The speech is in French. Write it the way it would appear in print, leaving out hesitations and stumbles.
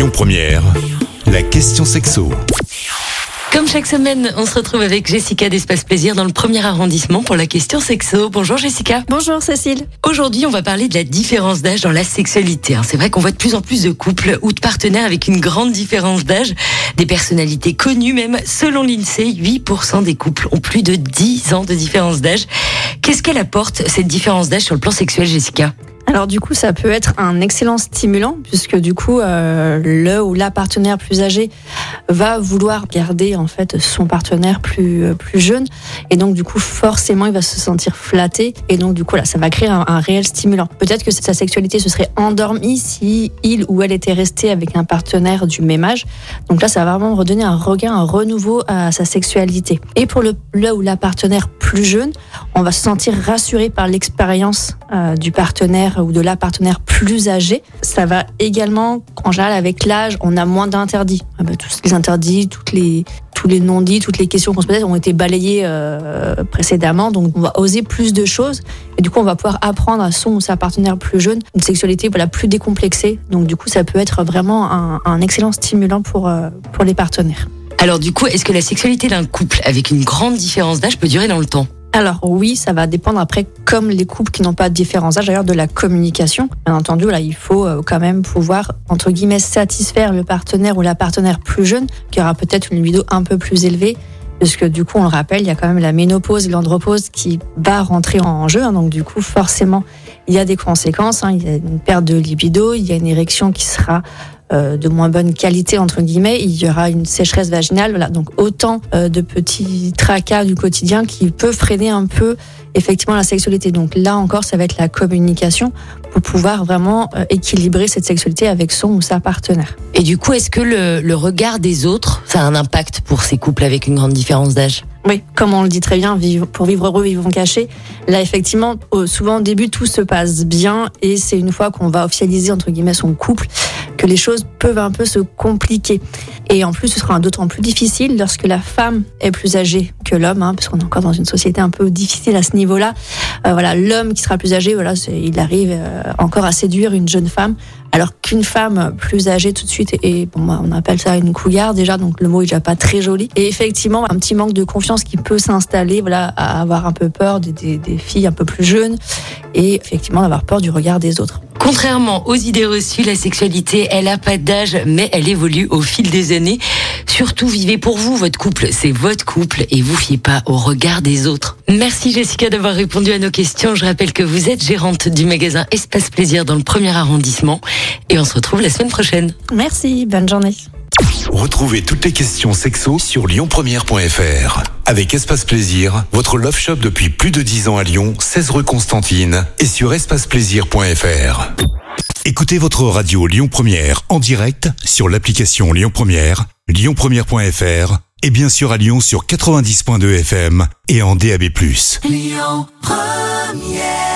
Lyon Première, la question sexo. Comme chaque semaine, on se retrouve avec Jessica d'Espace Plaisir dans le premier arrondissement pour la question sexo. Bonjour Jessica. Bonjour Cécile. Aujourd'hui, on va parler de la différence d'âge dans la sexualité. C'est vrai qu'on voit de plus en plus de couples ou de partenaires avec une grande différence d'âge, des personnalités connues même. Selon l'INSEE, 8% des couples ont plus de 10 ans de différence d'âge. Qu'est-ce qu'elle apporte, cette différence d'âge sur le plan sexuel, Jessica ? Alors du coup, ça peut être un excellent stimulant puisque du coup, le ou la partenaire plus âgé va vouloir garder en fait son partenaire plus jeune et donc du coup forcément il va se sentir flatté et donc du coup là ça va créer un réel stimulant. Peut-être que sa sexualité se serait endormie si il ou elle était resté avec un partenaire du même âge. Donc là ça va vraiment redonner un regain, un renouveau à sa sexualité. Et pour le ou la partenaire plus jeune, on va se sentir rassuré par l'expérience du partenaire ou de la partenaire plus âgée. Ça va également, en général, avec l'âge, on a moins d'interdits. Tous les interdits, tous les non-dits, toutes les questions qu'on se posait ont été balayées précédemment. Donc, on va oser plus de choses. Et du coup, on va pouvoir apprendre à son ou sa partenaire plus jeune une sexualité plus décomplexée. Donc, du coup, ça peut être vraiment un excellent stimulant pour les partenaires. Alors, du coup, est-ce que la sexualité d'un couple avec une grande différence d'âge peut durer dans le temps ? Alors oui, ça va dépendre après, comme les couples qui n'ont pas de différence d'âge, d'ailleurs de la communication. Bien entendu, là, il faut quand même pouvoir, entre guillemets, satisfaire le partenaire ou la partenaire plus jeune, qui aura peut-être une libido un peu plus élevée, parce que du coup, on le rappelle, il y a quand même la ménopause et l'andropause qui va rentrer en jeu, donc du coup, forcément, il y a des conséquences, il y a une perte de libido, il y a une érection qui sera de moins bonne qualité entre guillemets, il y aura une sécheresse vaginale, voilà. Donc autant de petits tracas du quotidien qui peuvent freiner un peu effectivement la sexualité. Donc là encore, ça va être la communication pour pouvoir vraiment équilibrer cette sexualité avec son ou sa partenaire. Et du coup, est-ce que le regard des autres, ça a un impact pour ces couples avec une grande différence d'âge ? Oui, comme on le dit très bien, pour vivre heureux, vivons cachés. Là, effectivement, souvent au début, tout se passe bien et c'est une fois qu'on va officialiser, entre guillemets, son couple, que les choses peuvent un peu se compliquer. Et en plus, ce sera d'autant plus difficile lorsque la femme est plus âgée que l'homme, parce qu'on est encore dans une société un peu difficile à ce niveau-là. L'homme qui sera plus âgé, il arrive encore à séduire une jeune femme, alors qu'une femme plus âgée tout de suite, on appelle ça une couillarde déjà, donc le mot est déjà pas très joli. Et effectivement, un petit manque de confiance qui peut s'installer, à avoir un peu peur des filles un peu plus jeunes et effectivement d'avoir peur du regard des autres. Contrairement aux idées reçues, la sexualité, elle a pas d'âge, mais elle évolue au fil des années. Surtout, vivez pour vous, votre couple, c'est votre couple et vous fiez pas au regard des autres. Merci Jessica d'avoir répondu à nos questions. Je rappelle que vous êtes gérante du magasin Espace Plaisir dans le premier arrondissement et on se retrouve la semaine prochaine. Merci, bonne journée. Retrouvez toutes les questions sexo sur lyonpremière.fr. Avec Espace Plaisir, votre love shop depuis plus de 10 ans à Lyon, 16 rue Constantine et sur espaceplaisir.fr. Écoutez votre radio Lyon Première en direct sur l'application Lyon Première, lyonpremière.fr et bien sûr à Lyon sur 90.2 FM et en DAB+. Lyon Première.